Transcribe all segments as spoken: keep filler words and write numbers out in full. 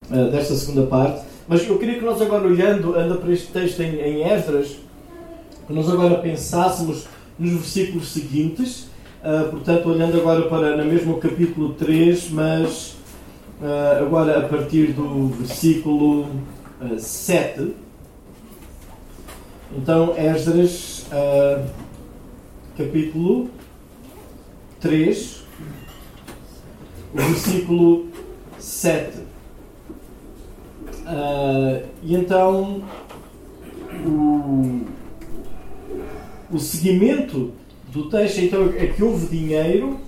uh, desta segunda parte. Mas eu queria que nós agora, olhando, anda para este texto em, em Esdras, que nós agora pensássemos nos versículos seguintes, uh, portanto, olhando agora para, no mesmo capítulo três, mas uh, agora a partir do versículo uh, sete. Então, Esdras, uh, capítulo três, o versículo sete. Uh, e então, o, o seguimento do texto então, é que houve dinheiro,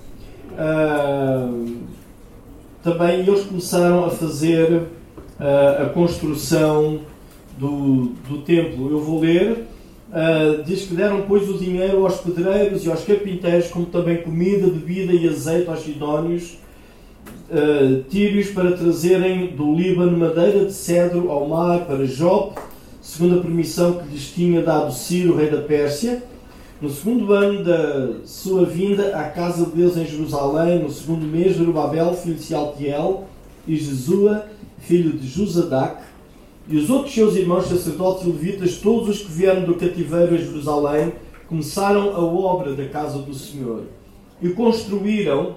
uh, também eles começaram a fazer uh, a construção do, do templo. Eu vou ler, uh, diz que deram, pois, o dinheiro aos pedreiros e aos carpinteiros, como também comida, bebida e azeite aos sidónios, uh, tírios, para trazerem do Líbano madeira de cedro ao mar para Jope, segundo a permissão que lhes tinha dado Ciro, rei da Pérsia, no segundo ano da sua vinda à casa de Deus em Jerusalém, no segundo mês, Zorobabel, filho de Sealtiel, e Jesua, filho de Josadac, e os outros seus irmãos sacerdotes e levitas, todos os que vieram do cativeiro a Jerusalém, começaram a obra da casa do Senhor. E construíram,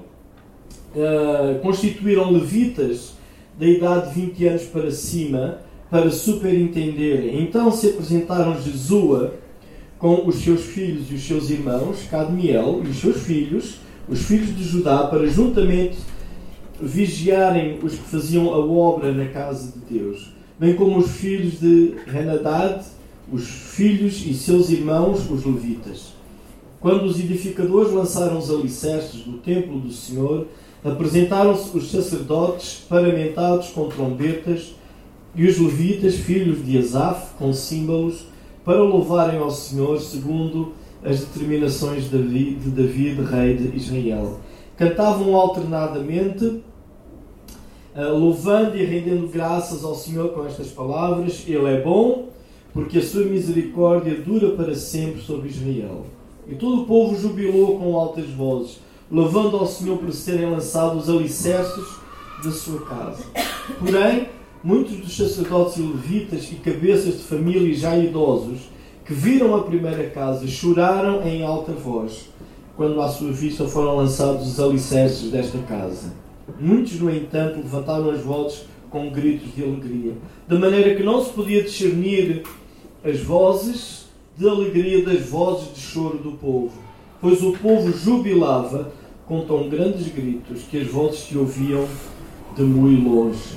uh, constituíram levitas da idade de vinte anos para cima, para superintenderem. Então se apresentaram Jesua com os seus filhos e os seus irmãos, Cadmiel e os seus filhos, os filhos de Judá, para juntamente vigiarem os que faziam a obra na casa de Deus, bem como os filhos de Henadad, os filhos e seus irmãos, os levitas. Quando os edificadores lançaram os alicerces do templo do Senhor, apresentaram-se os sacerdotes paramentados com trombetas e os levitas, filhos de Asaf, com símbolos, para louvarem ao Senhor segundo as determinações de David, rei de Israel. Cantavam alternadamente, louvando e rendendo graças ao Senhor com estas palavras: Ele é bom, porque a sua misericórdia dura para sempre sobre Israel. E todo o povo jubilou com altas vozes, louvando ao Senhor por serem lançados os alicerces da sua casa. Porém, muitos dos sacerdotes e levitas e cabeças de família já idosos, que viram a primeira casa, choraram em alta voz, quando à sua vista foram lançados os alicerces desta casa. Muitos, no entanto, levantaram as vozes com gritos de alegria, de maneira que não se podia discernir as vozes de alegria das vozes de choro do povo, pois o povo jubilava com tão grandes gritos que as vozes se ouviam de muito longe.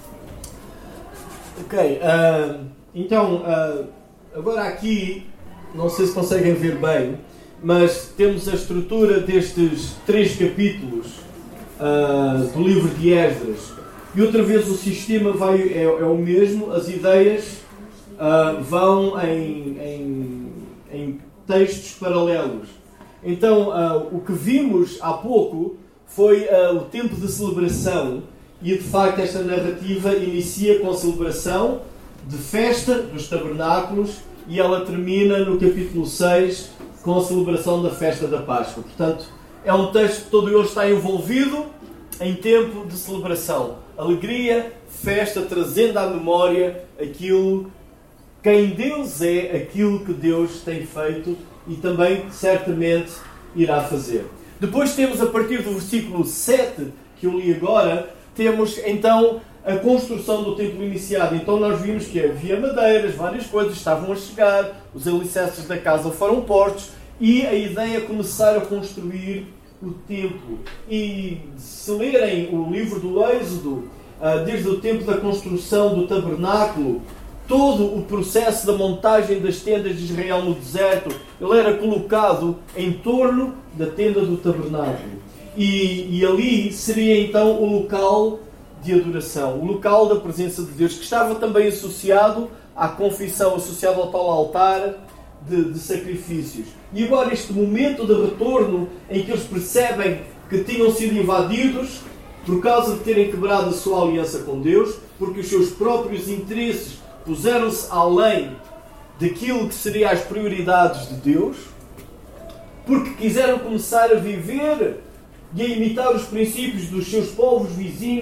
Ok, uh, então, uh, agora aqui, não sei se conseguem ver bem, mas temos a estrutura destes três capítulos uh, do livro de Esdras. E outra vez o sistema vai, é, é o mesmo, as ideias uh, vão em, em, em textos paralelos. Então, uh, o que vimos há pouco foi uh, o tempo de celebração. E de facto esta narrativa inicia com a celebração de festa dos tabernáculos e ela termina no capítulo seis com a celebração da festa da Páscoa. Portanto, é um texto que todo ele está envolvido em tempo de celebração. Alegria, festa, trazendo à memória aquilo, quem Deus é, aquilo que Deus tem feito e também certamente irá fazer. Depois temos, a partir do versículo sete, que eu li agora, temos então a construção do templo iniciado. Então nós vimos que havia madeiras, várias coisas estavam a chegar, os alicerces da casa foram postos e a ideia é começar a construir o templo. E se lerem o livro do Êxodo, desde o tempo da construção do tabernáculo, todo o processo da montagem das tendas de Israel no deserto, ele era colocado em torno da tenda do tabernáculo. E, e ali seria então o local de adoração, o local da presença de Deus, que estava também associado à confissão, associado ao tal altar de, de sacrifícios. E agora este momento de retorno em que eles percebem que tinham sido invadidos por causa de terem quebrado a sua aliança com Deus, porque os seus próprios interesses puseram-se além daquilo que seriam as prioridades de Deus, porque quiseram começar a viver e a imitar os princípios dos seus povos vizinhos,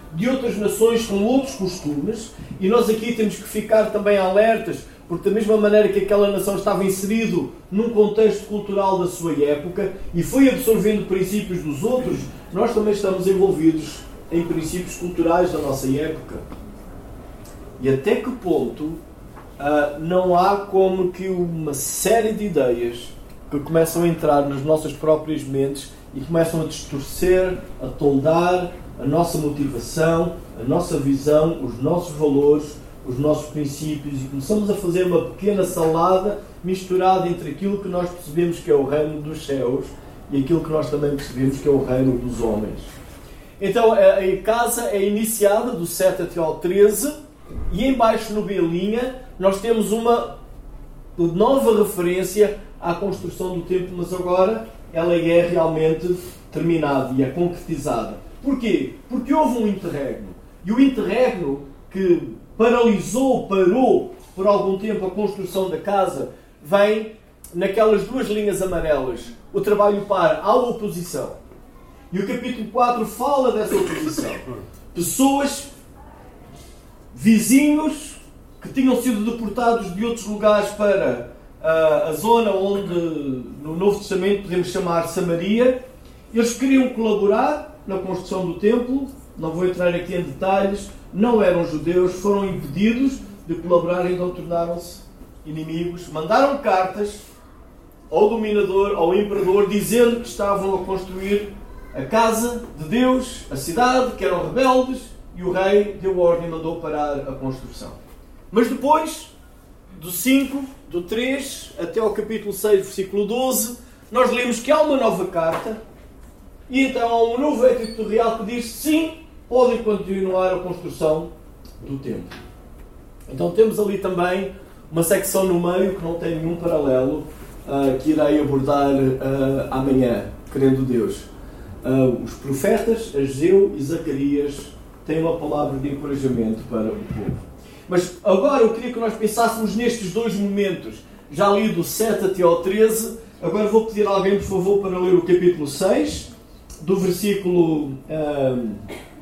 de outras nações com outros costumes, e nós aqui temos que ficar também alertas, porque da mesma maneira que aquela nação estava inserido num contexto cultural da sua época e foi absorvendo princípios dos outros, nós também estamos envolvidos em princípios culturais da nossa época. E até que ponto uh, não há como que uma série de ideias que começam a entrar nas nossas próprias mentes e começam a distorcer, a toldar a nossa motivação, a nossa visão, os nossos valores, os nossos princípios, e começamos a fazer uma pequena salada misturada entre aquilo que nós percebemos que é o reino dos céus e aquilo que nós também percebemos que é o reino dos homens. Então a casa é iniciada do sete até ao treze, e em baixo no B-linha nós temos uma nova referência à construção do templo, mas agora ela é realmente terminada e é concretizada. Porquê? Porque houve um interregno. E o interregno que paralisou, parou por algum tempo a construção da casa, vem naquelas duas linhas amarelas. O trabalho para, há oposição. E o capítulo quatro fala dessa oposição. Pessoas, vizinhos, que tinham sido deportados de outros lugares para uh, a zona onde, no Novo Testamento, podemos chamar Samaria. Eles queriam colaborar na construção do templo, não vou entrar aqui em detalhes, não eram judeus, foram impedidos de colaborar, então tornaram-se inimigos. Mandaram cartas ao dominador, ao imperador, dizendo que estavam a construir a casa de Deus, a cidade, que eram rebeldes, e o rei deu ordem e mandou parar a construção. Mas depois, do cinco, do três até ao capítulo seis, versículo doze, nós lemos que há uma nova carta, e então há um novo edito real que diz sim, podem continuar a construção do templo. Então temos ali também uma secção no meio que não tem nenhum paralelo, uh, que irei abordar uh, amanhã, querendo Deus. Uh, os profetas Ageu e Zacarias têm uma palavra de encorajamento para o povo. Mas agora eu queria que nós pensássemos nestes dois momentos. Já li do sete até ao treze, agora vou pedir a alguém, por favor, para ler o capítulo seis, do versículo um,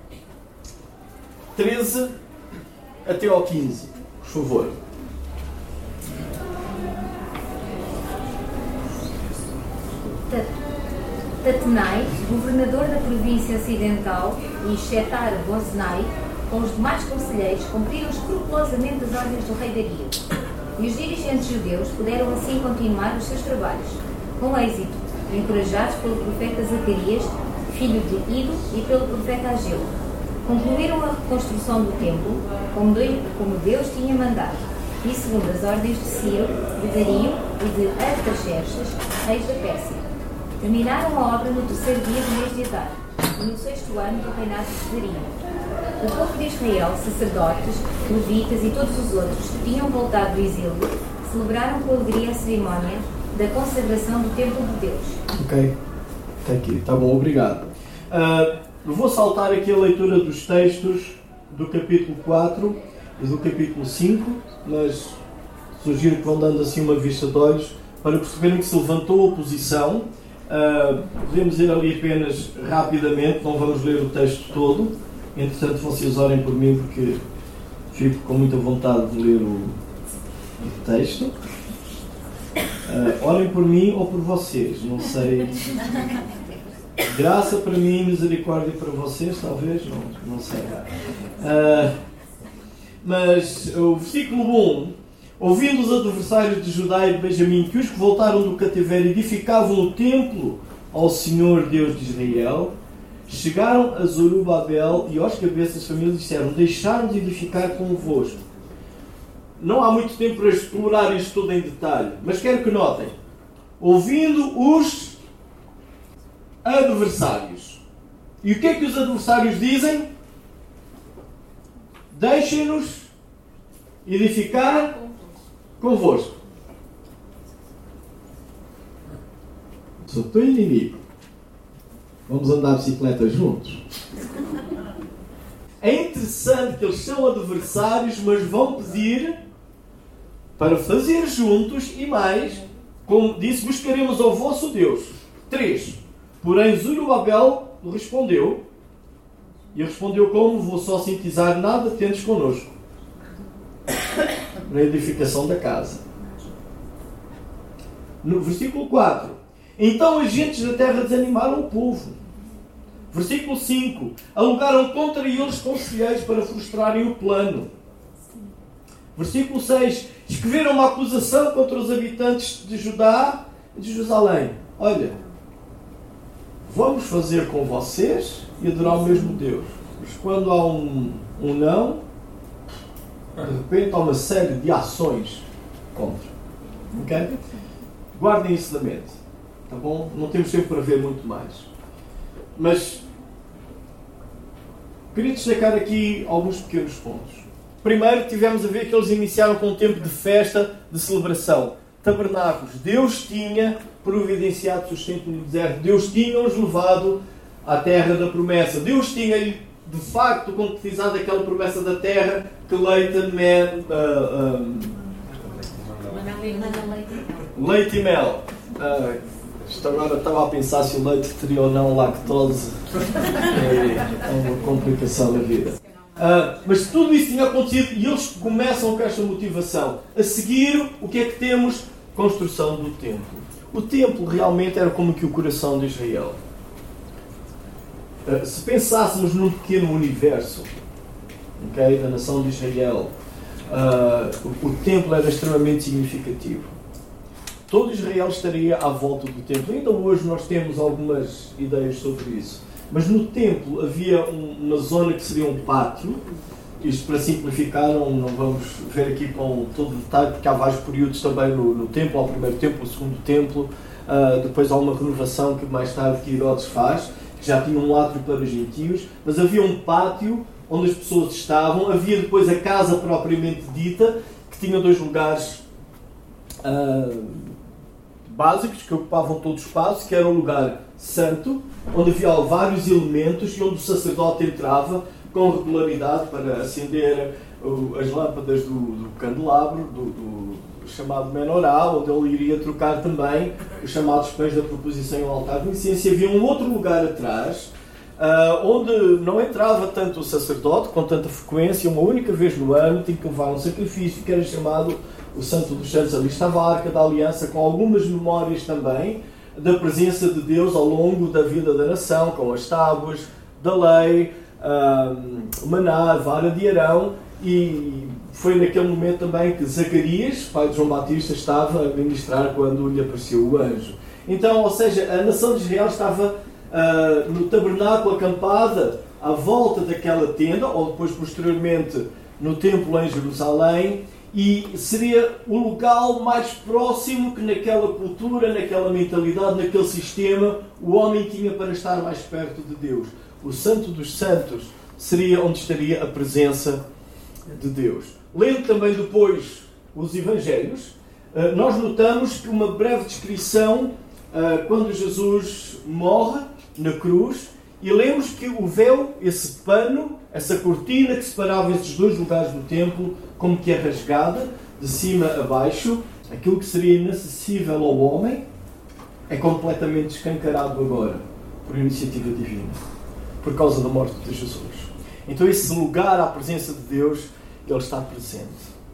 treze até ao quinze, por favor. Tatenai, governador da província ocidental, e Shetar-Bozenai, com os demais conselheiros, cumpriram escrupulosamente as ordens do rei Dario. E os dirigentes judeus puderam assim continuar os seus trabalhos, com êxito, encorajados pelo profeta Zacarias, filho de Ido, e pelo profeta Ageu. Concluíram a reconstrução do templo, como Deus tinha mandado, e segundo as ordens de Ciro, de Dario e de Artaxerxes, reis da Pérsia. Terminaram a obra no terceiro dia do mês de Adar, e no sexto ano do reinado de Dario. O povo de Israel, sacerdotes, levitas e todos os outros que tinham voltado do exílio, celebraram com alegria a cerimónia da consagração do templo de Deus. Ok, está aqui, está bom, obrigado. Uh, vou saltar aqui a leitura dos textos do capítulo quatro e do capítulo cinco, mas sugiro que vão dando assim uma vista de olhos para perceberem que se levantou a oposição. Uh, podemos ir ali apenas rapidamente, não vamos ler o texto todo. Entretanto, vocês orem por mim, porque fico com muita vontade de ler o, o texto. Uh, orem por mim ou por vocês, não sei. Graça para mim, misericórdia para vocês, talvez, não, não sei. Uh, mas o versículo um: ouvindo os adversários de Judá e de Benjamim que os que voltaram do cativeiro edificavam o templo ao Senhor Deus de Israel, chegaram a Zorobabel e aos cabeças de família disseram: deixaram de edificar convosco. Não há muito tempo para explorar isto tudo em detalhe, mas quero que notem: ouvindo os adversários. E o que é que os adversários dizem? Deixem-nos edificar convosco. Sou teu inimigo. Vamos andar de bicicleta juntos? É interessante que eles são adversários, mas vão pedir para fazer juntos e mais, como disse, buscaremos ao vosso Deus. três. Porém, Zorobabel respondeu: E respondeu como? Vou só sintetizar, nada tendes connosco. Na edificação da casa. No versículo quatro. Então os gentes da terra desanimaram o povo. Versículo cinco. Alugaram contra eles conselheiros para frustrarem o plano. Versículo seis. Escreveram uma acusação contra os habitantes de Judá e de Jerusalém. Olha, vamos fazer com vocês e adorar o mesmo Deus. Mas quando há um, um não, de repente há uma série de ações contra. Ok? Guardem isso na mente. Tá bom? Não temos tempo para ver muito mais. Mas queria destacar aqui alguns pequenos pontos. Primeiro, tivemos a ver que eles iniciaram com um tempo de festa, de celebração. Tabernáculos. Deus tinha providenciado sustento no deserto. Deus tinha-os levado à terra da promessa. Deus tinha, de facto, concretizado aquela promessa da terra que leite, mel, uh, um, leite e mel. Uh, isto agora estava a pensar se o leite teria ou não lactose. É, é uma complicação da vida. Uh, mas tudo isso tinha acontecido e eles começam com esta motivação. A seguir, o que é que temos? Construção do templo. O templo realmente era como que o coração de Israel. Uh, se pensássemos num pequeno universo, okay, da nação de Israel, uh, o, o templo era extremamente significativo. Todo Israel estaria à volta do templo. Ainda hoje nós temos algumas ideias sobre isso. Mas no templo havia um, uma zona que seria um pátio. Isto para simplificar, não, não vamos ver aqui com todo o detalhe, porque há vários períodos também no, no templo. Há o primeiro templo, o segundo templo. Uh, depois há uma renovação que mais tarde que Herodes faz, que já tinha um átrio para gentios. Mas havia um pátio onde as pessoas estavam. Havia depois a casa propriamente dita, que tinha dois lugares uh, básicos, que ocupavam todo o espaço, que era um lugar santo, onde havia vários elementos e onde o sacerdote entrava com regularidade para acender as lâmpadas do, do candelabro, do, do chamado menorá, onde ele iria trocar também os chamados pães da proposição ao altar de incenso. E havia um outro lugar atrás, uh, onde não entrava tanto o sacerdote com tanta frequência, uma única vez no ano tinha que levar um sacrifício que era chamado o Santo dos Santos. Ali estava a Arca da Aliança, com algumas memórias também da presença de Deus ao longo da vida da nação, com as tábuas da lei, o maná, a vara de Arão, e foi naquele momento também que Zacarias, pai de João Batista, estava a ministrar quando lhe apareceu o anjo. Então, ou seja, a nação de Israel estava uh, no tabernáculo acampada à volta daquela tenda, ou depois posteriormente no templo em Jerusalém, e seria o local mais próximo que naquela cultura, naquela mentalidade, naquele sistema, o homem tinha para estar mais perto de Deus. O Santo dos Santos seria onde estaria a presença de Deus. Lendo também depois os Evangelhos, nós notamos que uma breve descrição quando Jesus morre na cruz, e lemos que o véu, esse pano, essa cortina que separava esses dois lugares do templo, como que é rasgada, de cima a baixo, aquilo que seria inacessível ao homem, é completamente escancarado agora, por iniciativa divina, por causa da morte de Jesus. Então esse lugar à presença de Deus, ele está presente.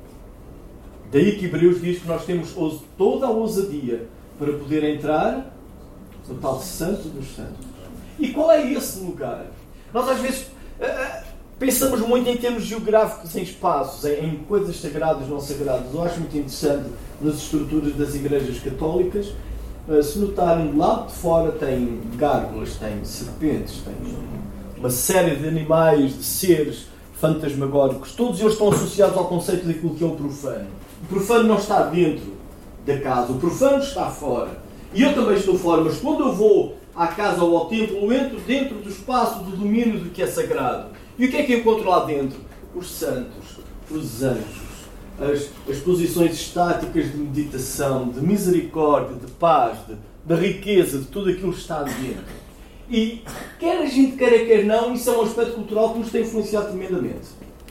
Daí que Hebreus diz que nós temos toda a ousadia para poder entrar no tal Santo dos Santos. E qual é esse lugar? Nós às vezes uh, pensamos muito em termos geográficos, em espaços, em, em coisas sagradas, não sagradas. Eu acho muito interessante nas estruturas das igrejas católicas. Uh, se notarem, do lado de fora tem gárgulas, tem serpentes, tem uma série de animais, de seres fantasmagóricos. Todos eles estão associados ao conceito daquilo que é o profano. O profano não está dentro da casa, o profano está fora. E eu também estou fora, mas quando eu vou à casa ou ao templo, eu entro dentro do espaço do domínio do que é sagrado. E o que é que eu encontro lá dentro? Os santos, os anjos, as, as posições estáticas de meditação, de misericórdia, de paz, de, de riqueza, de tudo aquilo que está dentro. E quer a gente queira, quer não, isso é um aspecto cultural que nos tem influenciado tremendamente.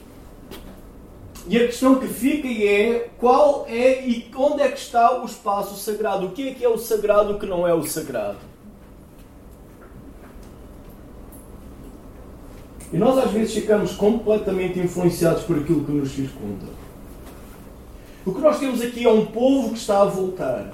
E a questão que fica é qual é e onde é que está o espaço sagrado? O que é que é o sagrado e o que não é o sagrado? E nós às vezes ficamos completamente influenciados por aquilo que nos circunda. O que nós temos aqui é um povo que está a voltar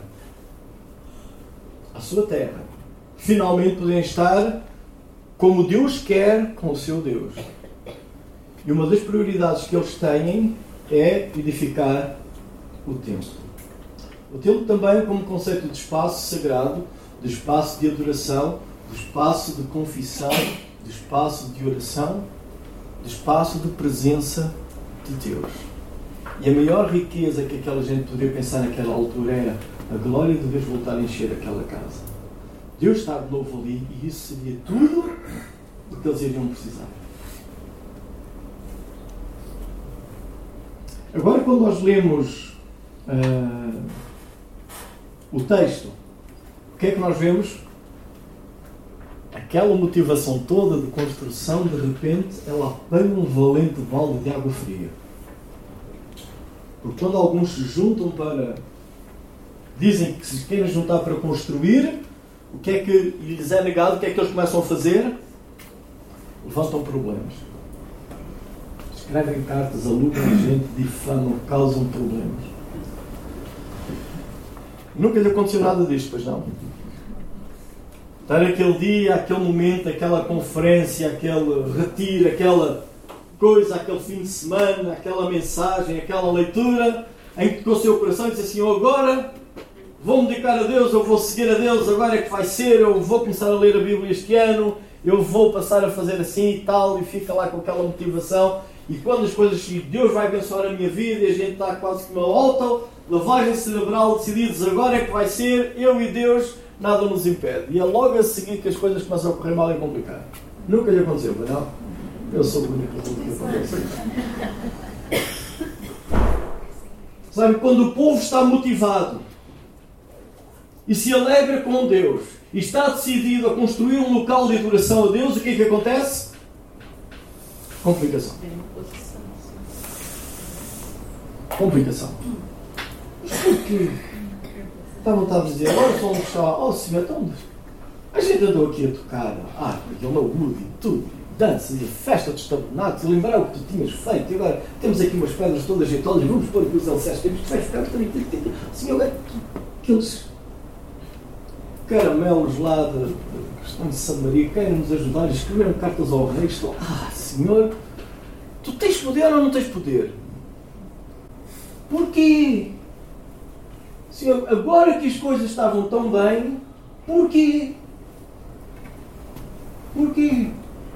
à sua terra. Finalmente podem estar como Deus quer com o seu Deus. E uma das prioridades que eles têm é edificar o templo. O templo também como conceito de espaço sagrado, de espaço de adoração, de espaço de confissão, de espaço de oração, de espaço de presença de Deus. E a maior riqueza que aquela gente poderia pensar naquela altura era a glória de Deus voltar a encher aquela casa. Deus está de novo ali e isso seria tudo o que eles iriam precisar. Agora, quando nós lemos uh, o texto, o que é que nós vemos? Aquela motivação toda de construção, de repente, ela apanha um valente balde de água fria. Porque quando alguns se juntam para... dizem que se querem juntar para construir, o que é que lhes é negado? O que é que eles começam a fazer? Levantam problemas. Escrevem cartas, alugam gente, difamam, causam problemas. Nunca lhe aconteceu nada disto, pois não? Estar aquele dia, aquele momento, aquela conferência, aquele retiro, aquela coisa, aquele fim de semana, aquela mensagem, aquela leitura, em que tocou o seu coração e disse assim: eu agora vou-me dedicar a Deus, eu vou seguir a Deus, agora é que vai ser, eu vou começar a ler a Bíblia este ano, eu vou passar a fazer assim e tal, e fica lá com aquela motivação. E quando as coisas chegam, Deus vai abençoar a minha vida, e a gente está quase como uma alta, lavagem cerebral, decididos, agora é que vai ser, eu e Deus, nada nos impede. E é logo a seguir que as coisas começam a correr mal e complicar. Nunca lhe aconteceu, não? Eu sou o único que acontece. Sabe, quando o povo está motivado e se alegra com Deus e está decidido a construir um local de adoração a Deus, o que é que acontece? Complicação. Complicação. Mas porquê? Está à vontade de dizer, agora só um está, oh senhor, então, a gente andou aqui a tocar harpa, e o laúde e tudo, danças e festa dos tabernáculos, e lembrar o que tu tinhas feito, e agora temos aqui umas pedras todas jeitosas, vamos pôr aqui os alicerces, temos que ficar senhor, é aqueles caramelos lá de questão de Samaria querem nos ajudar e escreveram cartas ao rei, estão, ah senhor, tu tens poder ou não tens poder? Porquê? Senhor, agora que as coisas estavam tão bem, porquê? Porquê?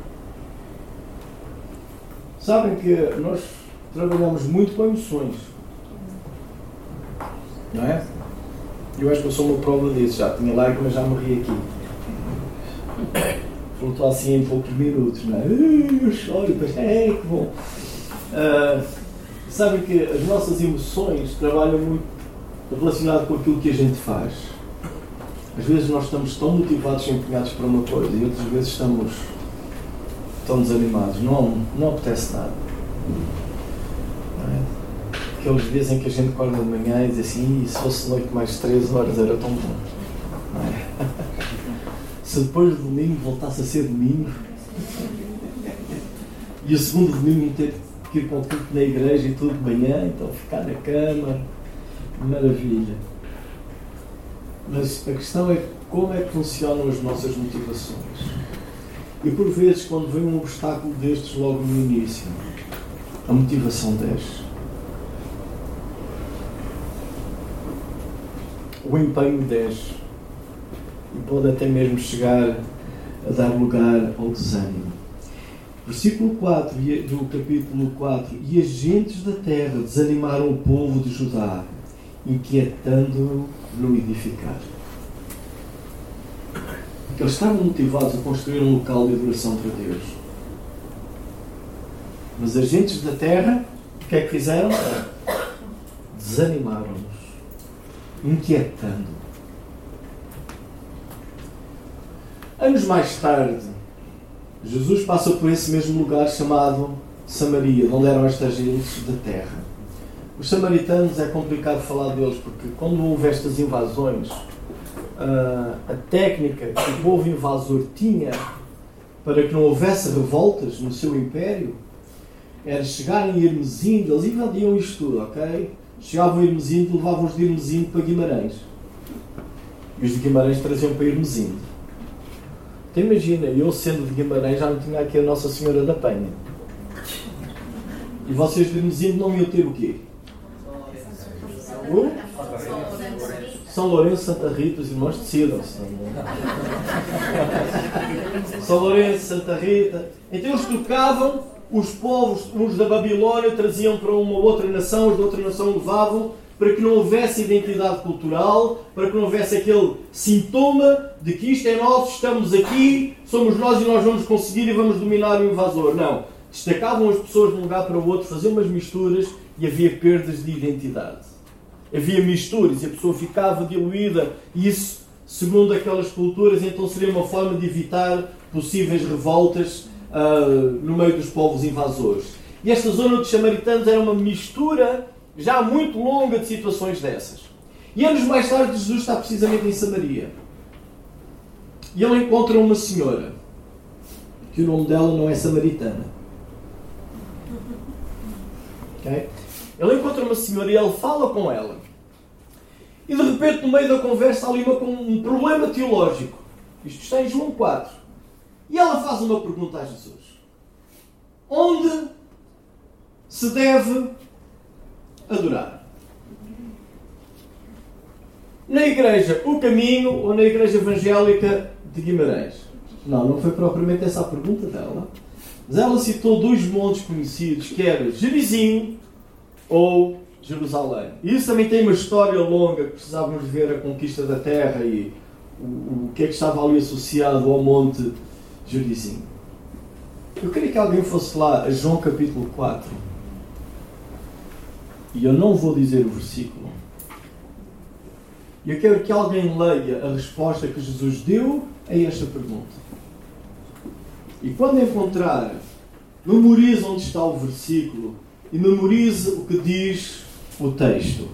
Sabem que nós trabalhamos muito com emoções. Não é? Eu acho que eu sou uma prova disso. Já tinha lágrimas, já morri aqui. Voltou assim em poucos minutos, não é? Eu choro, depois, é, que bom. Uh, sabem que as nossas emoções trabalham muito relacionado com aquilo que a gente faz. Às vezes nós estamos tão motivados e empenhados para uma coisa e outras vezes estamos tão desanimados. Não, não apetece nada. Não é? Aqueles dias em que a gente acorda de manhã e diz assim, se fosse noite mais três horas era tão bom. Não é? Se depois do domingo voltasse a ser domingo e o segundo domingo ter que ir com o culto na igreja e tudo de manhã, então ficar na cama, maravilha. Mas a questão é como é que funcionam as nossas motivações. E por vezes, quando vem um obstáculo destes logo no início, a motivação desce. O empenho desce. E pode até mesmo chegar a dar lugar ao desânimo. Versículo quatro do capítulo quatro. E as gentes da terra desanimaram o povo de Judá, inquietando-o no edificar. Eles estavam motivados a construir um local de adoração para Deus. Mas as gentes da terra, o que é que fizeram? Desanimaram-nos, inquietando. Anos mais tarde, Jesus passa por esse mesmo lugar chamado Samaria, de onde eram estas gentes da terra. Os samaritanos é complicado falar deles, porque quando houve estas invasões, a técnica que o povo invasor tinha para que não houvesse revoltas no seu império, era chegarem a Hermesinde. Eles invadiam isto tudo, ok? Chegavam a Hermesinde e levavam-os de Hermesinde para Guimarães. E os de Guimarães traziam para Hermesinde. Então imagina, eu sendo de Guimarães já não tinha aqui a Nossa Senhora da Penha. E vocês de Hermesinde não iam ter o quê? O? São Lourenço, Santa Rita, os irmãos decidam-se. São Lourenço, Santa Rita. Então eles trocavam os povos, uns da Babilónia traziam para uma outra nação, os da outra nação levavam, para que não houvesse identidade cultural, para que não houvesse aquele sintoma de que isto é nosso, estamos aqui, somos nós e nós vamos conseguir e vamos dominar o invasor. Não. Destacavam as pessoas de um lugar para o outro, faziam umas misturas e havia perdas de identidade. Havia misturas e a pessoa ficava diluída, e isso, segundo aquelas culturas, então seria uma forma de evitar possíveis revoltas uh, no meio dos povos invasores. E esta zona dos samaritanos era uma mistura já muito longa de situações dessas. E anos mais tarde Jesus está precisamente em Samaria. E ele encontra uma senhora, que o nome dela não é samaritana. Okay? Ele encontra uma senhora e ele fala com ela. E de repente, no meio da conversa, há ali uma, um problema teológico. Isto está em João quatro. E ela faz uma pergunta a Jesus. Onde se deve adorar? Na igreja O Caminho ou na igreja evangélica de Guimarães? Não, não foi propriamente essa a pergunta dela. Mas ela citou dois montes conhecidos, que era Gerizim ou Jerusalém. E isso também tem uma história longa, que precisávamos ver a conquista da terra e o, o que é que estava ali associado ao monte Gerizim. Eu queria que alguém fosse lá a João capítulo quatro. E eu não vou dizer o versículo. E eu quero que alguém leia a resposta que Jesus deu a esta pergunta. E quando encontrar, memorize onde está o versículo e memorize o que diz o texto.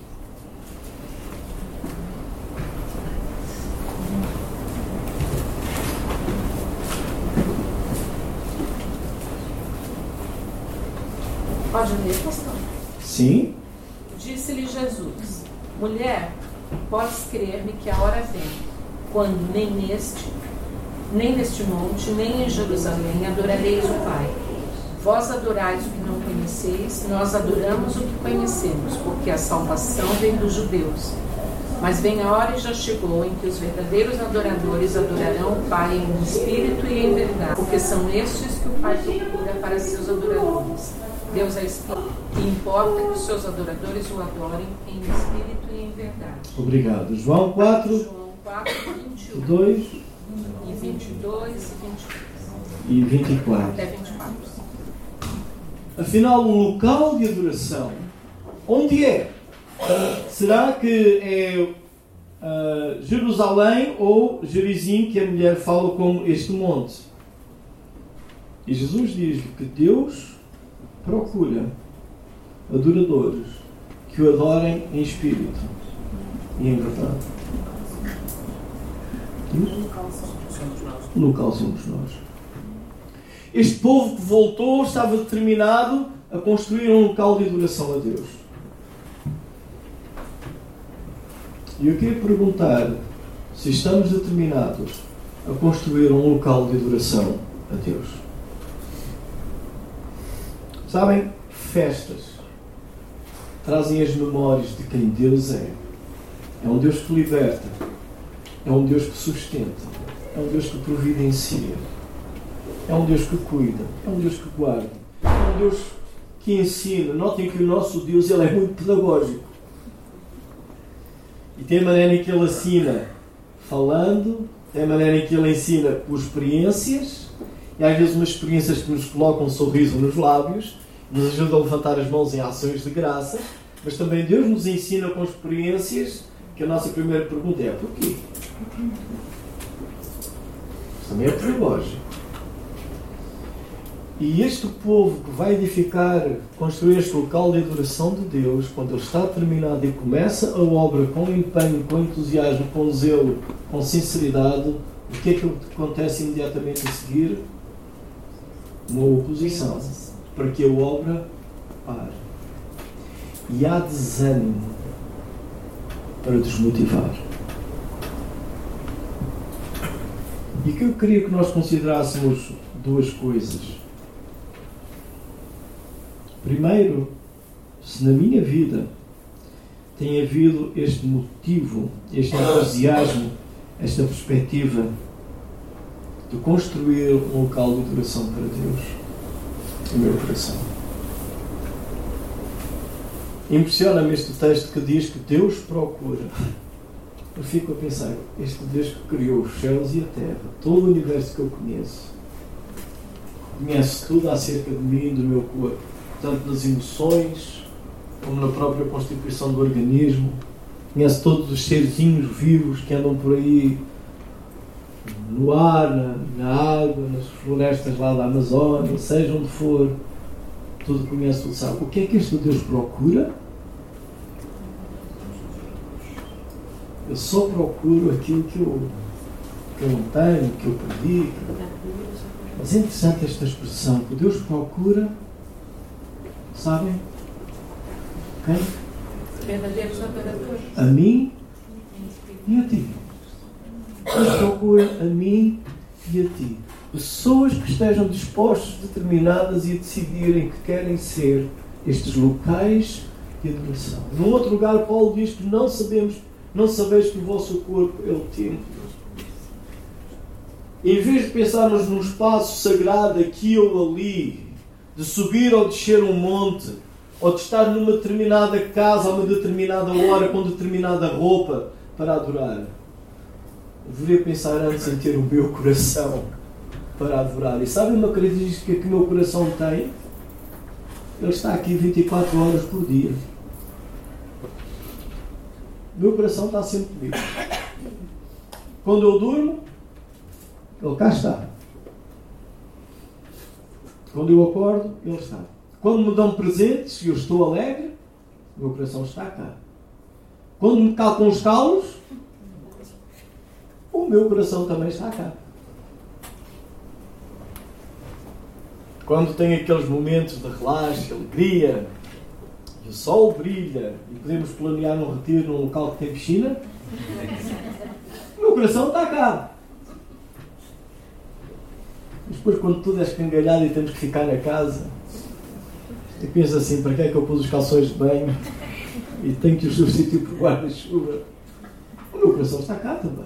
Pode ler, pastor? Sim. Disse-lhe Jesus: mulher, podes crer-me que a hora vem, quando nem neste, nem neste monte, nem em Jerusalém adorareis o Pai. Vós adorais o que não conheceis, nós adoramos o que conhecemos, porque a salvação vem dos judeus. Mas vem a hora e já chegou em que os verdadeiros adoradores adorarão o Pai em espírito e em verdade, porque são estes que o Pai procura para seus adoradores. Deus é espírito, e importa que os seus adoradores o adorem em espírito e em verdade. Obrigado. João quatro, João quatro, vinte e um, dois e vinte e dois e vinte e três. E vinte e quatro. Até vinte e quatro. Afinal, o local de adoração, onde é? Uh, será que é uh, Jerusalém ou Gerizim, que a mulher fala como este monte? E Jesus diz que Deus procura adoradores que o adorem em espírito e em verdade. O local somos nós. Este povo que voltou estava determinado a construir um local de adoração a Deus. E eu queria perguntar se estamos determinados a construir um local de adoração a Deus. Sabem, festas trazem as memórias de quem Deus é. É um Deus que liberta. É um Deus que sustenta. É um Deus que providencia. É um Deus que cuida. É um Deus que guarda. É um Deus que ensina. Notem que o nosso Deus ele é muito pedagógico. E tem a maneira em que ele ensina falando, tem a maneira em que ele ensina por experiências, e às vezes umas experiências que nos colocam um sorriso nos lábios, nos ajudam a levantar as mãos em ações de graça, mas também Deus nos ensina com experiências que a nossa primeira pergunta é: porquê? Isso também é pedagógico. E este povo que vai edificar, construir este local de adoração de Deus, quando ele está terminado e começa a obra com empenho, com entusiasmo, com zelo, com sinceridade, o que é que acontece imediatamente a seguir? uma oposição para que a obra pare. E há desânimo para desmotivar. E que eu queria que nós considerássemos duas coisas. Primeiro, se na minha vida tem havido este motivo, este entusiasmo, esta perspectiva de construir um local de adoração para Deus no meu coração. Impressiona-me este texto que diz que Deus procura. Eu fico a pensar, este Deus que criou os céus e a terra, todo o universo que eu conheço, conhece tudo acerca de mim, do meu corpo, tanto nas emoções, como na própria constituição do organismo, conhece todos os serzinhos vivos que andam por aí no ar, na, na água, nas florestas lá da Amazónia, seja onde for, tudo conhece, tudo sabe. O que é que este Deus procura? Eu só procuro aquilo que eu, que eu não tenho, que eu perdi. Mas é interessante esta expressão, que Deus procura, sabem? Quem? Verdadeiros adoradores. A mim e a ti. Deus procura a mim e a ti. Pessoas que estejam dispostas, determinadas e a decidirem que querem ser estes locais de adoração. Num outro lugar, Paulo diz que não sabemos, não sabeis que o vosso corpo é o templo. Em vez de pensarmos num espaço sagrado aqui ou ali, de subir ou descer um monte, ou de estar numa determinada casa a uma determinada hora com determinada roupa para adorar, eu deveria pensar antes em ter o meu coração para adorar. E sabem uma característica que o meu coração tem? Ele está aqui vinte e quatro horas por dia. O meu coração está sempre comigo. Quando eu durmo, ele cá está. Quando eu acordo, ele está. Quando me dão presentes e eu estou alegre, o meu coração está cá. Quando me calcam os calos, o meu coração também está cá. Quando tem aqueles momentos de relaxo, alegria, e o sol brilha, e podemos planear um retiro num local que tem piscina, o meu coração está cá. Mas depois, quando tudo é escangalhado e temos que ficar na casa, eu penso assim, para que é que eu pus os calções de banho e tenho que os substituir por guarda-chuva? O meu coração está cá também.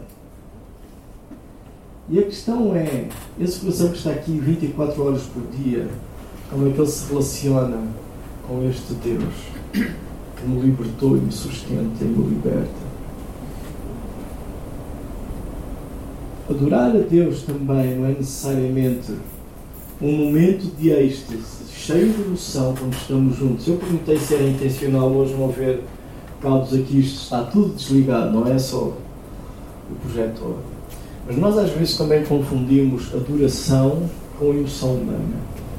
E a questão é, esse coração que está aqui vinte e quatro horas por dia, como é que ele se relaciona com este Deus que me libertou e me sustenta e me liberta? Adorar a Deus também não é necessariamente um momento de êxtase, cheio de emoção quando estamos juntos. Eu perguntei se era intencional hoje não haver cabos aqui, isto está tudo desligado, não é só o projetor. Mas nós às vezes também confundimos adoração com emoção humana.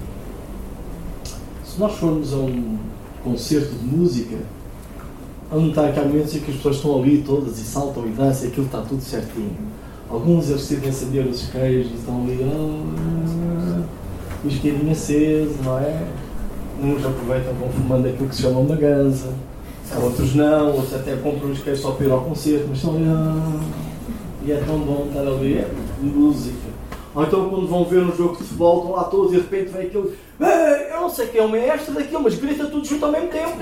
Se nós formos a um concerto de música, vamos notar que há momentos em que as pessoas estão ali todas e saltam e dançam e aquilo está tudo certinho. Alguns eles decidem acender os isqueiros e estão ali, oh, o isqueirinho aceso, não é? Uns aproveitam, vão fumando aquilo que se chama uma ganza, outros não, outros até compram os isqueiros só para ir ao concerto, mas estão ali, oh, e é tão bom estar ali, é música. Ou então quando vão ver um jogo de futebol, estão lá todos e de repente vem aquele, eu não sei quem é o mestre daquilo, mas grita tudo junto ao mesmo tempo.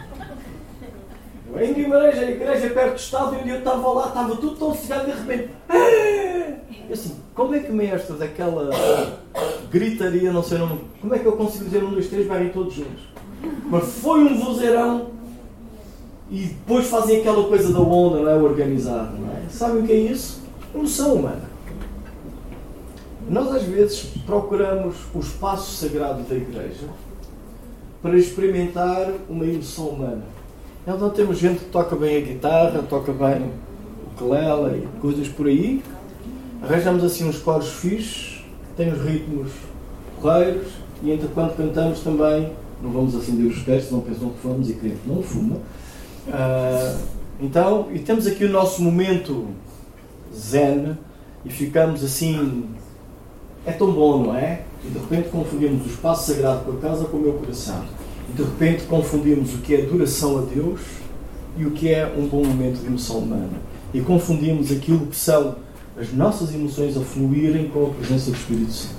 Em Guimarães, a igreja perto do estado, e um dia eu estava lá, estava tudo tão sossegado e de repente, e assim, como é que o mestre daquela gritaria, não sei o nome, como é que eu consigo dizer um, dois, três, vai ir todos juntos? Mas foi um vozeirão e depois fazem aquela coisa da onda, não é? Organizado, não é? Sabem o que é isso? Emoção humana. Nós às vezes procuramos o espaço sagrado da igreja para experimentar uma emoção humana. Então temos gente que toca bem a guitarra, toca bem o ukulele e coisas por aí. Arranjamos assim uns coros fixos, tem os ritmos porreiros e entrequanto cantamos também, não vamos acender os isqueiros, não pensam que fumamos e crente não fuma. Uh, então, e temos aqui o nosso momento zen e ficamos assim É tão bom, não é? E de repente confundimos o espaço sagrado com a casa com o meu coração. E de repente confundimos o que é adoração a Deus e o que é um bom momento de emoção humana. E confundimos aquilo que são as nossas emoções a fluírem com a presença do Espírito Santo.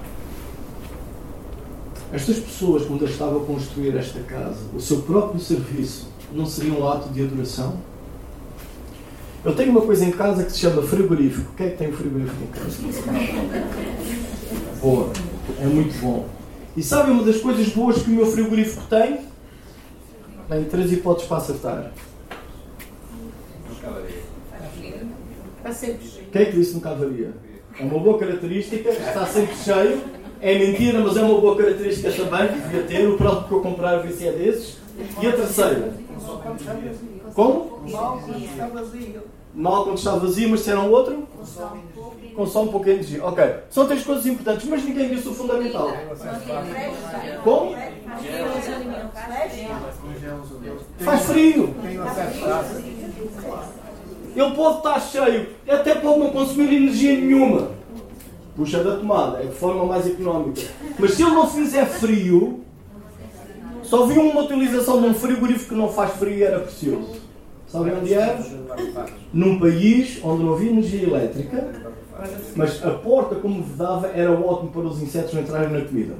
Estas pessoas, quando estavam a construir esta casa, o seu próprio serviço não seria um ato de adoração? Eu tenho uma coisa em casa que se chama frigorífico. Quem é que tem frigorífico em casa? Boa. É muito bom. E sabe uma das coisas boas que o meu frigorífico tem? Tem três hipóteses para acertar. Está sempre cheio. Quem é que disse nunca avaria? É uma boa característica, está sempre cheio. É mentira, mas é uma boa característica também que devia ter. O próprio que eu comprar V C é desses. E a terceira? Como? Mal quando está vazio. Mal quando está vazio, mas se era um outro? Consome pouca energia. Ok. São três coisas importantes, mas ninguém disse o fundamental. Como? Faz frio. Ele pode estar cheio, até pode não consumir energia nenhuma. Puxa da tomada, é de forma mais económica. Mas se ele não fizer frio, só vi uma utilização de um frigorífico que não faz frio e era precioso. Sabem onde era? Num país onde não havia energia elétrica, mas a porta, como vedava, era ótimo para os insetos não entrarem na comida.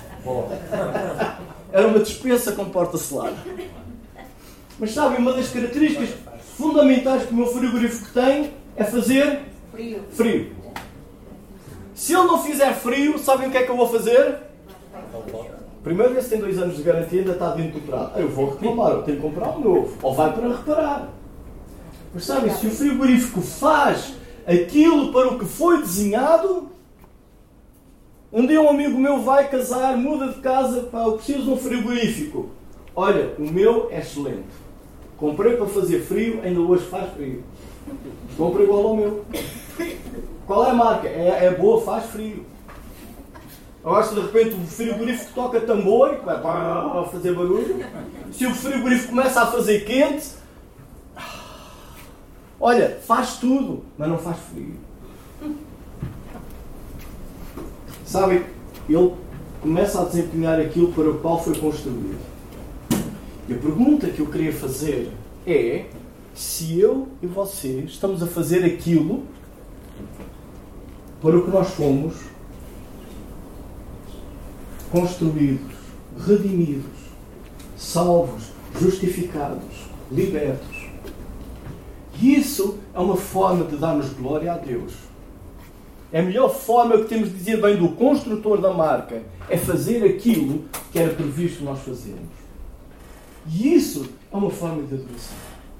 Era uma despensa com porta selada. Mas sabem, uma das características fundamentais que o meu frigorífico tem é fazer Frio. frio. Se ele não fizer frio, sabem o que é que eu vou fazer? Primeiro, esse tem dois anos de garantia, ainda está dentro do prato. Eu vou reclamar, eu tenho que comprar um novo. Ou vai para reparar. Mas sabem, se o frigorífico faz aquilo para o que foi desenhado, um dia um amigo meu vai casar, muda de casa, pá, eu preciso de um frigorífico. Olha, o meu é excelente. Comprei para fazer frio, ainda hoje faz frio. Compra igual ao meu. Qual é a marca? É, é boa, faz frio. Agora, se de repente o frigorífico toca tambor, que vai fazer barulho, se o frigorífico começa a fazer quente, olha, faz tudo, mas não faz frio. Sabem, ele começa a desempenhar aquilo para o qual foi construído. E a pergunta que eu queria fazer é se eu e você estamos a fazer aquilo para o que nós fomos construídos, redimidos, salvos, justificados, libertos. E isso é uma forma de darmos glória a Deus. É a melhor forma que temos de dizer bem do construtor da marca é fazer aquilo que era previsto nós fazermos. E isso é uma forma de adoração.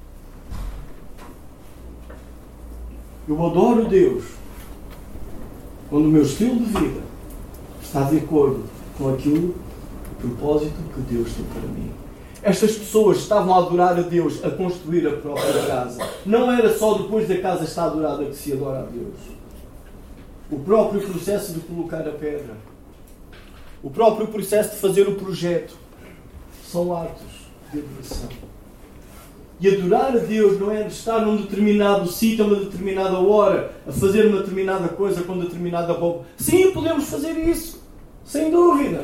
Eu adoro Deus quando o meu estilo de vida está de acordo com aquilo, o propósito que Deus tem para mim. Estas pessoas estavam a adorar a Deus, a construir a própria casa. Não era só depois da casa estar adorada que se adora a Deus. O próprio processo de colocar a pedra, o próprio processo de fazer o projeto, são atos de adoração. E adorar a Deus não é estar num determinado sítio, a uma determinada hora, a fazer uma determinada coisa com determinada roupa. Sim, podemos fazer isso, sem dúvida.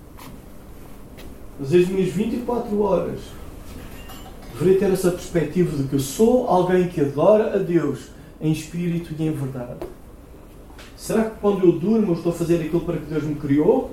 Mas as minhas vinte e quatro horas deveria ter essa perspectiva de que eu sou alguém que adora a Deus em espírito e em verdade. Será que quando eu durmo eu estou a fazer aquilo para que Deus me criou?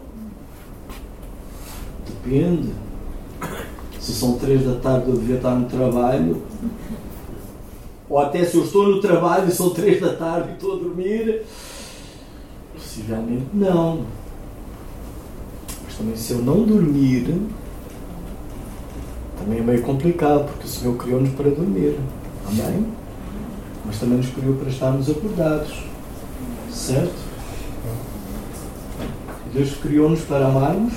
Depende. Se são três da tarde eu devia estar no trabalho. Ou até se eu estou no trabalho e são três da tarde e estou a dormir. Possivelmente não. Mas também se eu não dormir, também é meio complicado, porque o Senhor criou-nos para dormir. Amém? Mas também nos criou para estarmos acordados. Certo? Deus criou-nos para amarmos.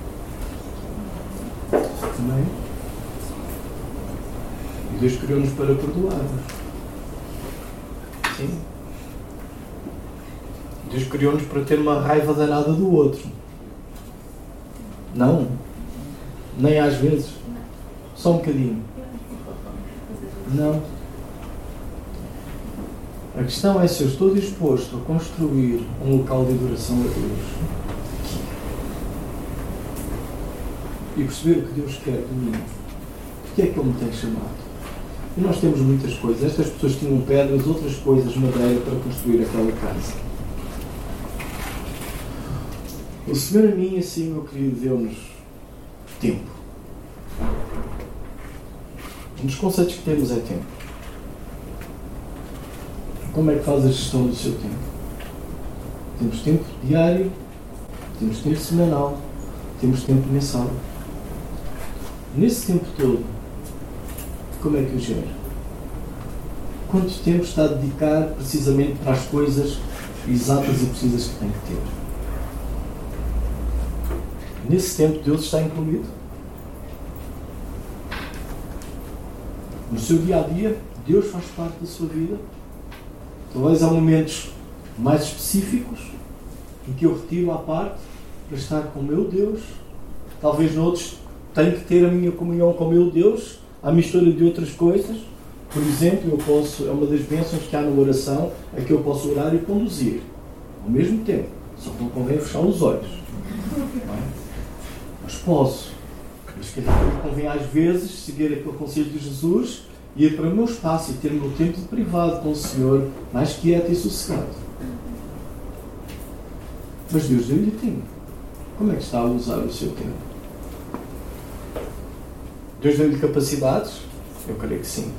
Amém? E Deus criou-nos para perdoarmos. Sim? Deus criou-nos para ter uma raiva danada do outro. Não. Nem às vezes. Só um bocadinho. Não. A questão é se eu estou disposto a construir um local de adoração a Deus e perceber o que Deus quer de mim. Porque é que Ele me tem chamado? E nós temos muitas coisas. Estas pessoas tinham pedras, outras coisas, madeira, para construir aquela casa. O Senhor a mim, assim, meu querido, deu-nos tempo. Um dos conceitos que temos é tempo. Como é que faz a gestão do seu tempo? Temos tempo diário, temos tempo semanal, temos tempo mensal. Nesse tempo todo, como é que o gera? Quanto tempo está a dedicar precisamente para as coisas exatas e precisas que tem que ter? Nesse tempo, Deus está incluído? No seu dia-a-dia, Deus faz parte da sua vida? Talvez há momentos mais específicos em que eu retiro à parte para estar com o meu Deus. Talvez noutros tenho que ter a minha comunhão com o meu Deus à mistura de outras coisas. Por exemplo, eu posso, é uma das bênçãos que há na oração, é que eu posso orar e conduzir ao mesmo tempo. Só que não convém fechar os olhos. Não é? Mas posso. Mas que convém às vezes seguir aquele conselho de Jesus e ir para o meu espaço e ter o meu tempo de privado com o Senhor mais quieto e sossegado. Mas Deus deu-lhe tempo. Como é que está a usar o seu tempo? Deus deu-lhe capacidades? Eu creio que sim.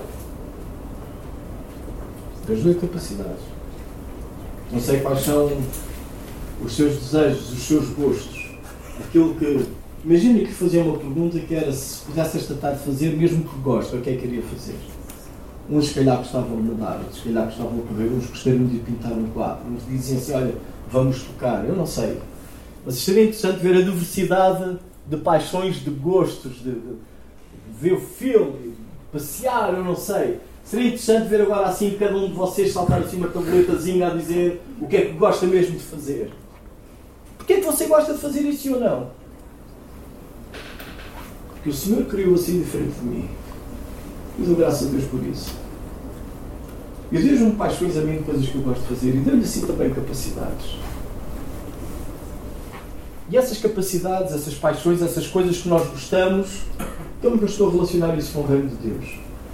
Deus deu-lhe capacidades. Não sei quais são os seus desejos, os seus gostos. Aquilo que... Imagina que fazia uma pergunta que era se pudesse esta tarde fazer, mesmo que gosta, o que é que queria fazer? Uns se calhar gostavam de nadar, outros se calhar gostavam de correr, uns gostariam de pintar um quadro, uns diziam assim, olha, vamos tocar, eu não sei. Mas seria interessante ver a diversidade de paixões, de gostos, de, de, de ver o filme, de passear, eu não sei. Seria interessante ver agora assim cada um de vocês saltar assim uma tabuletazinha a dizer o que é que gosta mesmo de fazer. Porquê é que você gosta de fazer isso ou não? Porque o Senhor criou assim diferente de mim. E dou graças a Deus por isso. E Deus me paixões a mim de coisas que eu gosto de fazer e deu-lhe assim também capacidades. E essas capacidades, essas paixões, essas coisas que nós gostamos, como que eu estou a relacionar isso com o reino de Deus?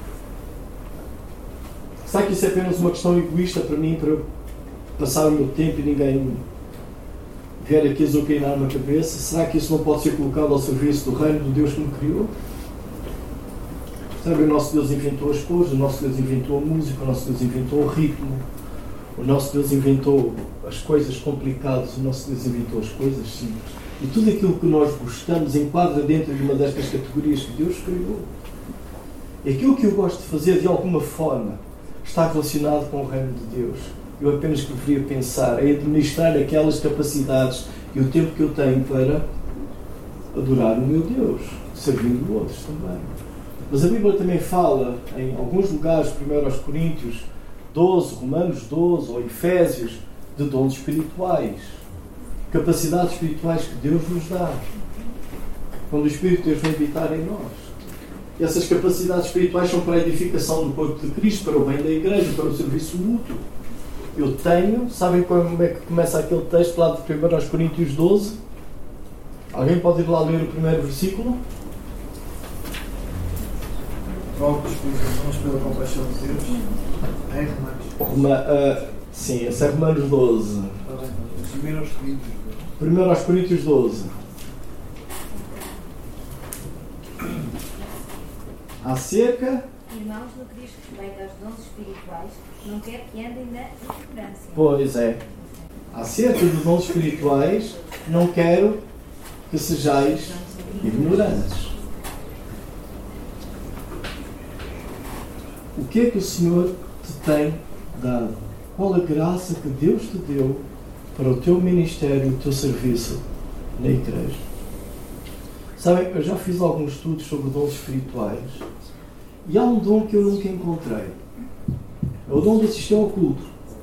Será que isso é apenas uma questão egoísta para mim, para eu passar o meu tempo e ninguém vier aqui azucrinar na cabeça? Será que isso não pode ser colocado ao serviço do reino de Deus que me criou? Sabe, o nosso Deus inventou as cores, o nosso Deus inventou a música, o nosso Deus inventou o ritmo, o nosso Deus inventou as coisas complicadas, o nosso Deus inventou as coisas simples. E tudo aquilo que nós gostamos enquadra dentro de uma destas categorias que Deus criou. E aquilo que eu gosto de fazer, de alguma forma, está relacionado com o reino de Deus. Eu apenas que deveria pensar em administrar aquelas capacidades e o tempo que eu tenho para adorar o meu Deus, servindo outros também. Mas a Bíblia também fala, em alguns lugares, primeiro aos Coríntios doze, Romanos doze ou Efésios, de dons espirituais. Capacidades espirituais que Deus nos dá. Quando o Espírito de Deus vem habitar em nós. E essas capacidades espirituais são para a edificação do corpo de Cristo, para o bem da igreja, para o serviço mútuo. Eu tenho, sabem como é que começa aquele texto lá de primeiro aos Coríntios doze? Alguém pode ir lá ler o primeiro versículo? Rogo-vos, irmãos, pela compaixão de Deus. É Romanos. Roma, uh, sim, esse é Romanos doze. Primeiro aos Coríntios. Primeiro aos Coríntios doze. Acerca... Irmãos, no que diz respeito aos dons espirituais, não quer que andem na ignorância. Pois é. Acerca dos dons espirituais, não quero que sejais ignorantes. O que é que o Senhor te tem dado? Qual a graça que Deus te deu para o teu ministério, o teu serviço na igreja? Sabem, eu já fiz alguns estudos sobre dons espirituais e há um dom que eu nunca encontrei. É o dom de assistir ao culto.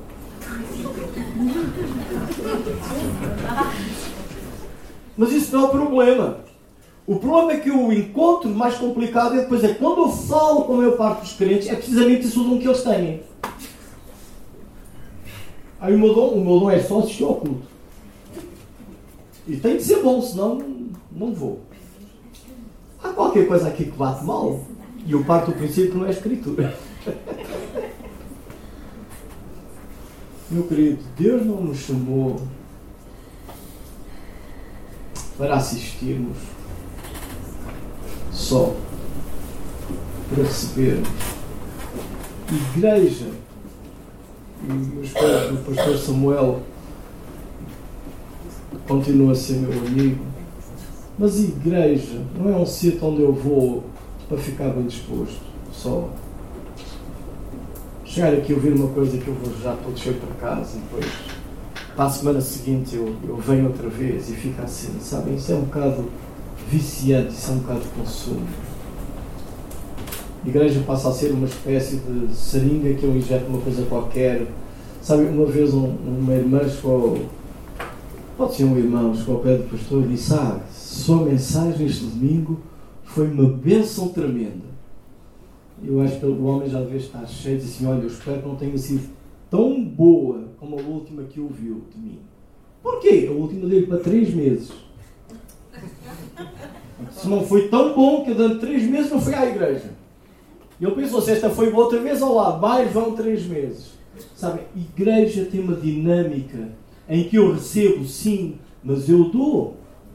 Mas isso não é o problema. O problema é que o encontro mais complicado é depois é quando eu falo com a maior parte dos crentes, é precisamente isso o dom que eles têm. Aí o meu dom, o meu dom é só assistir ao culto. E tem de ser bom, senão não vou. Há qualquer coisa aqui que bate mal. E eu parto do princípio que não é escritura. Meu querido, Deus não nos chamou para assistirmos só, para recebermos. Igreja, e o espero do pastor Samuel continua a ser meu amigo, mas igreja não é um sítio onde eu vou para ficar bem disposto, só chegar aqui e ouvir uma coisa que eu vou já todo cheio para casa e depois para a semana seguinte eu, eu venho outra vez e fica assim, sabem? Isso é um bocado viciante, isso é um bocado de consumo. A igreja passa a ser uma espécie de seringa que eu injeto uma coisa qualquer. Sabe, uma vez um, uma irmã chegou, pode ser um irmão, chegou ao pé do pastor e disse: ah, sua mensagem este domingo foi uma bênção tremenda. Eu acho que o homem já deve estar cheio de assim: olha, eu espero que não tenha sido tão boa como a última que ouviu de mim. Porquê? A última dele para três meses. Se não foi tão bom que durante três meses não foi à igreja. E ele pensou: se esta foi boa outra vez ao lado, mais vão três meses. Sabem, igreja tem uma dinâmica em que eu recebo, sim, mas eu dou.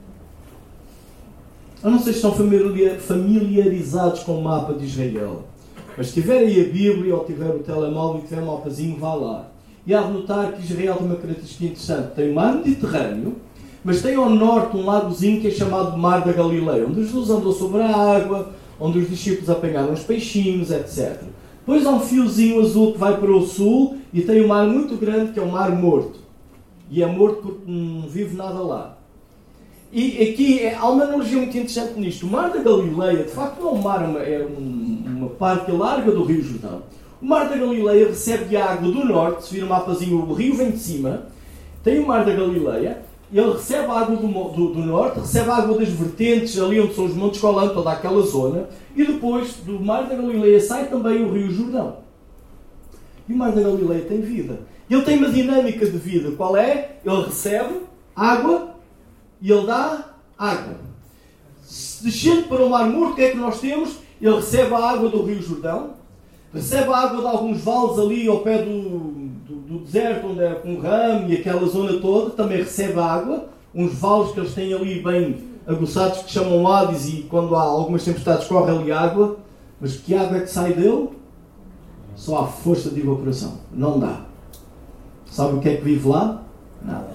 Eu não sei se estão familiarizados com o mapa de Israel, mas se tiver aí a Bíblia ou tiver o telemóvel e tiver um mapazinho, vá lá. E há de notar que Israel tem uma característica interessante. Tem o mar Mediterrâneo, mas tem ao norte um lagozinho que é chamado Mar da Galileia, onde Jesus andou sobre a água, onde os discípulos apanharam os peixinhos, etcétera. Depois há um fiozinho azul que vai para o sul e tem um mar muito grande que é o Mar Morto. E é morto porque não vive nada lá. E aqui é, há uma analogia muito interessante nisto. O Mar da Galileia, de facto, não é um mar, é um, uma parte larga do Rio Jordão. O Mar da Galileia recebe água do norte. Se vir o mapazinho, o rio vem de cima. Tem o Mar da Galileia. Ele recebe a água do, do, do norte, recebe a água das vertentes, ali onde são os Montes Golã, toda aquela zona, e depois do Mar da Galileia sai também o Rio Jordão. E o Mar da Galileia tem vida. Ele tem uma dinâmica de vida. Qual é? Ele recebe água e ele dá água. Descendo para o Mar Morto, o que é que nós temos? Ele recebe a água do Rio Jordão, recebe a água de alguns vales ali ao pé do... Do, do deserto, onde é com Ram e aquela zona toda, também recebe água, uns vales que eles têm ali bem aguçados que chamam Hades, e quando há algumas tempestades corre ali água, mas que água é que sai dele? Só há força de evaporação, não dá. Sabe o que é que vive lá? Nada.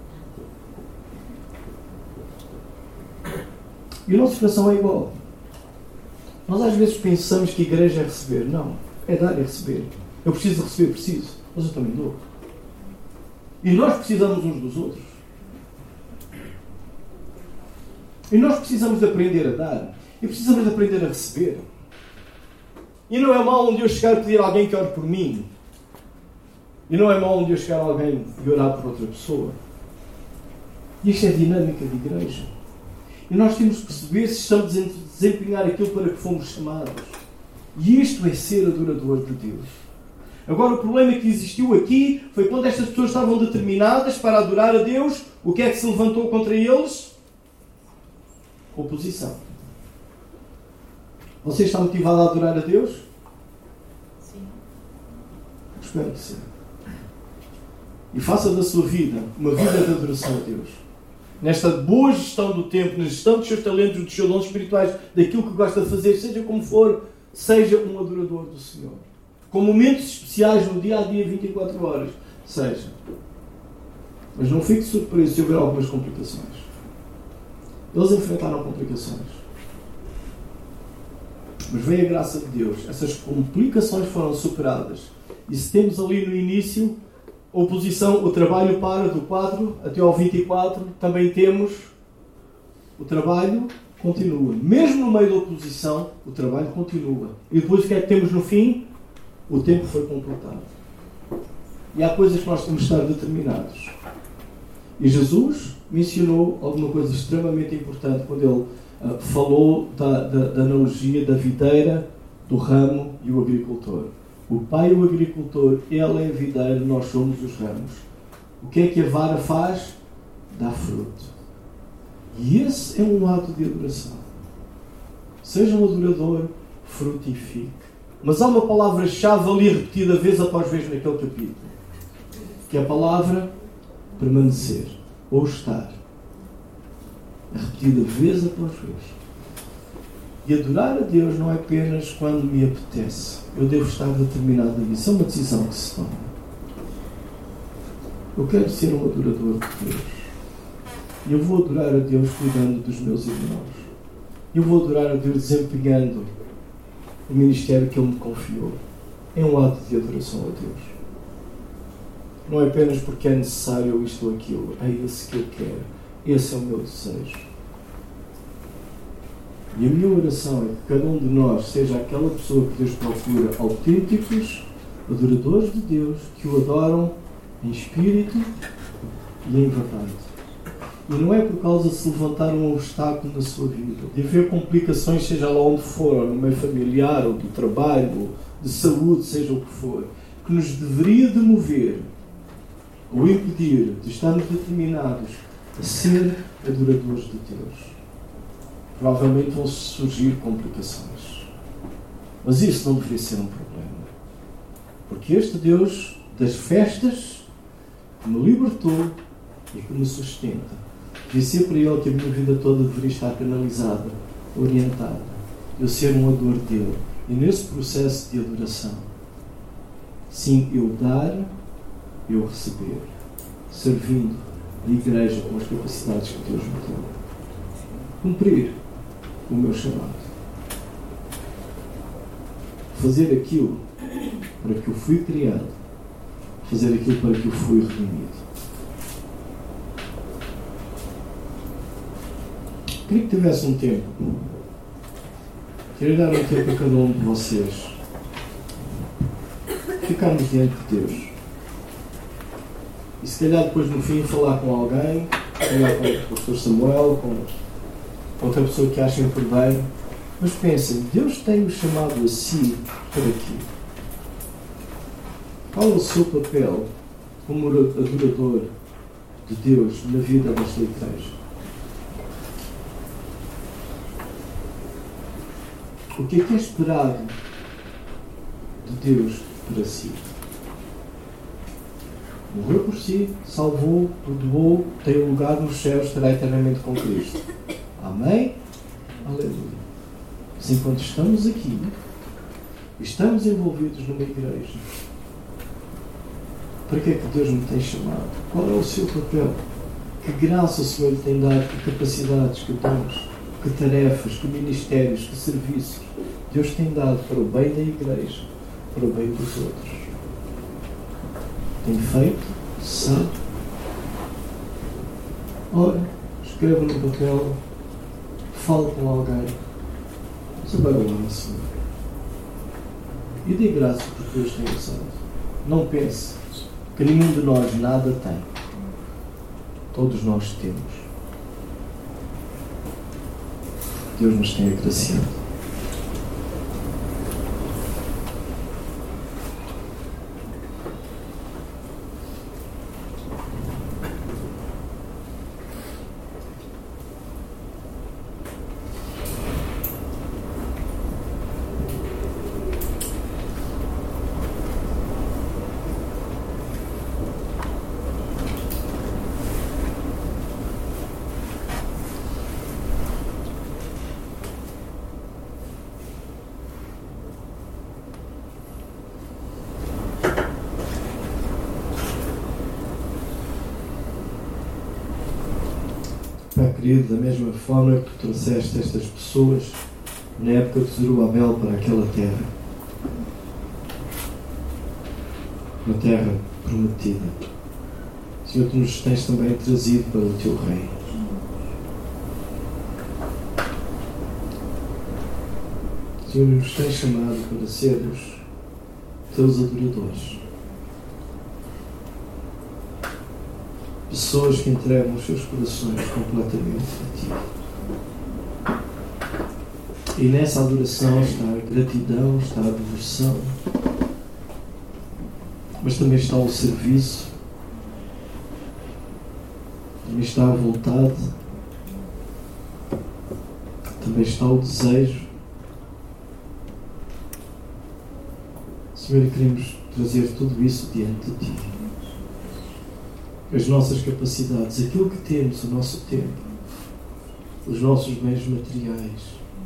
E o nosso coração é igual. Nós às vezes pensamos que a igreja é receber. Não, é dar e receber. Eu preciso receber, preciso. Mas eu também dou. E nós precisamos uns dos outros. E nós precisamos de aprender a dar. E precisamos de aprender a receber. E não é mal um dia eu chegar a pedir a alguém que ore por mim. E não é mal um dia eu chegar a alguém e orar por outra pessoa. E isto é a dinâmica de igreja. E nós temos que perceber se estamos a desempenhar aquilo para que fomos chamados. E isto é ser adorador de Deus. Agora, o problema que existiu aqui foi quando estas pessoas estavam determinadas para adorar a Deus, o que é que se levantou contra eles? Oposição. Você está motivado a adorar a Deus? Sim. Espero que sim. E faça da sua vida uma vida de adoração a Deus. Nesta boa gestão do tempo, na gestão dos seus talentos, dos seus dons espirituais, daquilo que gosta de fazer, seja como for, seja um adorador do Senhor. Com momentos especiais no dia a dia, vinte e quatro horas. Seja. Mas não fique surpreso se houver algumas complicações. Eles enfrentaram complicações. Mas veio a graça de Deus. Essas complicações foram superadas. E se temos ali no início a oposição, o trabalho para do quatro até ao vinte e quatro, também temos o trabalho continua. Mesmo no meio da oposição, o trabalho continua. E depois o que é que temos no fim? O tempo foi completado. E há coisas que nós temos de estar determinados. E Jesus mencionou alguma coisa extremamente importante quando ele uh, falou da, da, da analogia da videira, do ramo e o agricultor. O pai é o agricultor, ele é a videira, nós somos os ramos. O que é que a vara faz? Dá fruto. E esse é um ato de adoração. Seja um adorador, frutifique. Mas há uma palavra-chave ali repetida vez após vez naquele capítulo, que é a palavra permanecer, ou estar. É repetida vez após vez. E adorar a Deus não é apenas quando me apetece. Eu devo estar determinado nisso. É uma decisão que se toma. Eu quero ser um adorador de Deus. E eu vou adorar a Deus cuidando dos meus irmãos. Eu vou adorar a Deus desempenhando o ministério que Ele me confiou. É um ato de adoração a Deus. Não é apenas porque é necessário isto ou aquilo. É esse que eu quero. Esse é o meu desejo. E a minha oração é que cada um de nós seja aquela pessoa que Deus procura, autênticos, adoradores de Deus, que o adoram em espírito e em verdade. E não é por causa de se levantar um obstáculo na sua vida, de haver complicações, seja lá onde for, ou no meio familiar, ou do trabalho, ou de saúde, seja o que for, que nos deveria de mover ou impedir de estarmos determinados a ser adoradores de Deus. Provavelmente vão surgir complicações. Mas isso não deveria ser um problema. Porque este Deus das festas que me libertou e que me sustenta, devia ser para Ele que a minha vida toda deveria estar canalizada, orientada. Eu ser um adorador dele. E nesse processo de adoração, sim, eu dar, eu receber. Servindo a igreja com as capacidades que Deus me deu. Cumprir o meu chamado. Fazer aquilo para que eu fui criado. Fazer aquilo para que eu fui redimido. Queria que tivesse um tempo. Queria dar um tempo a cada um de vocês. Ficarmos diante de Deus. E se calhar depois no fim falar com alguém, falar com o pastor Samuel, com outra pessoa que achem por bem, mas pensem, Deus tem-o chamado a si para aqui. Qual é o seu papel como adorador de Deus na vida desta igreja? O que é que é esperado de Deus para si? Morreu por si, salvou, perdoou, tem um lugar nos céus, estará eternamente com Cristo. Amém? Aleluia. Mas enquanto estamos aqui, estamos envolvidos numa igreja, para que é que Deus me tem chamado? Qual é o seu papel? Que graça o Senhor lhe tem dado? Que capacidades, que dons, que tarefas, que ministérios, que serviços Deus tem dado para o bem da igreja, para o bem dos outros? Tem feito? Sabe? Ora, escreva no papel, fale com alguém, saber o Senhor. E dê graça porque Deus tem usado. Não pense que nenhum de nós nada tem. Todos nós temos. Deus nos tem agraciado. Pai querido, da mesma forma que tu trouxeste estas pessoas na época de Zorobabel para aquela terra, uma terra prometida, Senhor, tu nos tens também trazido para o teu reino. Senhor, nos tens chamado para sermos teus adoradores. Pessoas que entregam os seus corações completamente a ti. E nessa adoração está a gratidão, está a devoção, mas também está o serviço, também está a vontade, também está o desejo. Senhor, queremos trazer tudo isso diante de Ti. As nossas capacidades, aquilo que temos, o nosso tempo, os nossos bens materiais,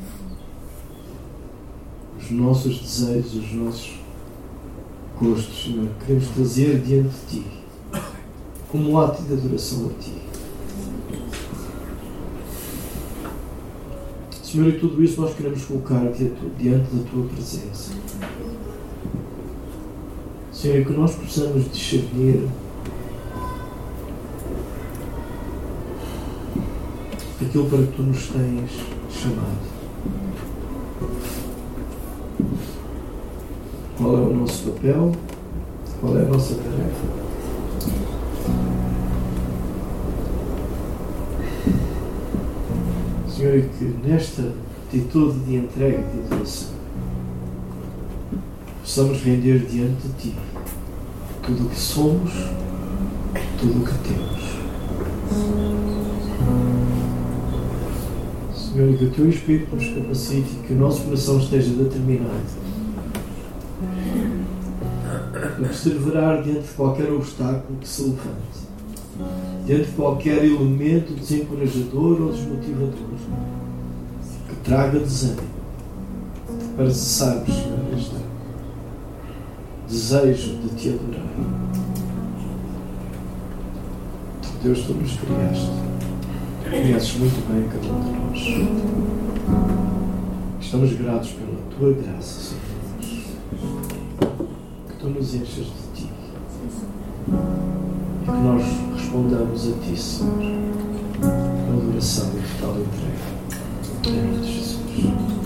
os nossos desejos, os nossos gostos, Senhor, queremos trazer diante de Ti, como um ato de adoração a Ti. Senhor, e tudo isso nós queremos colocar diante da Tua presença. Senhor, que nós possamos discernir aquilo para que Tu nos tens chamado. Qual é o nosso papel? Qual é a nossa tarefa? Senhor, e que nesta atitude de entrega e de adoração possamos render diante de Ti tudo o que somos, tudo o que temos. Senhor, e que o Teu Espírito nos capacite e que o nosso coração esteja determinado a perseverar diante de qualquer obstáculo que se levante, diante de qualquer elemento desencorajador ou desmotivador que traga desânimo, para cessarmos, Senhor, este desejo de Te adorar. Deus, Tu nos criaste, conheces muito bem cada um de nós. Estamos gratos pela Tua graça, Senhor Deus, que Tu nos enches de Ti e que nós respondamos a Ti, Senhor, com adoração e total entrega. Em nome de Jesus.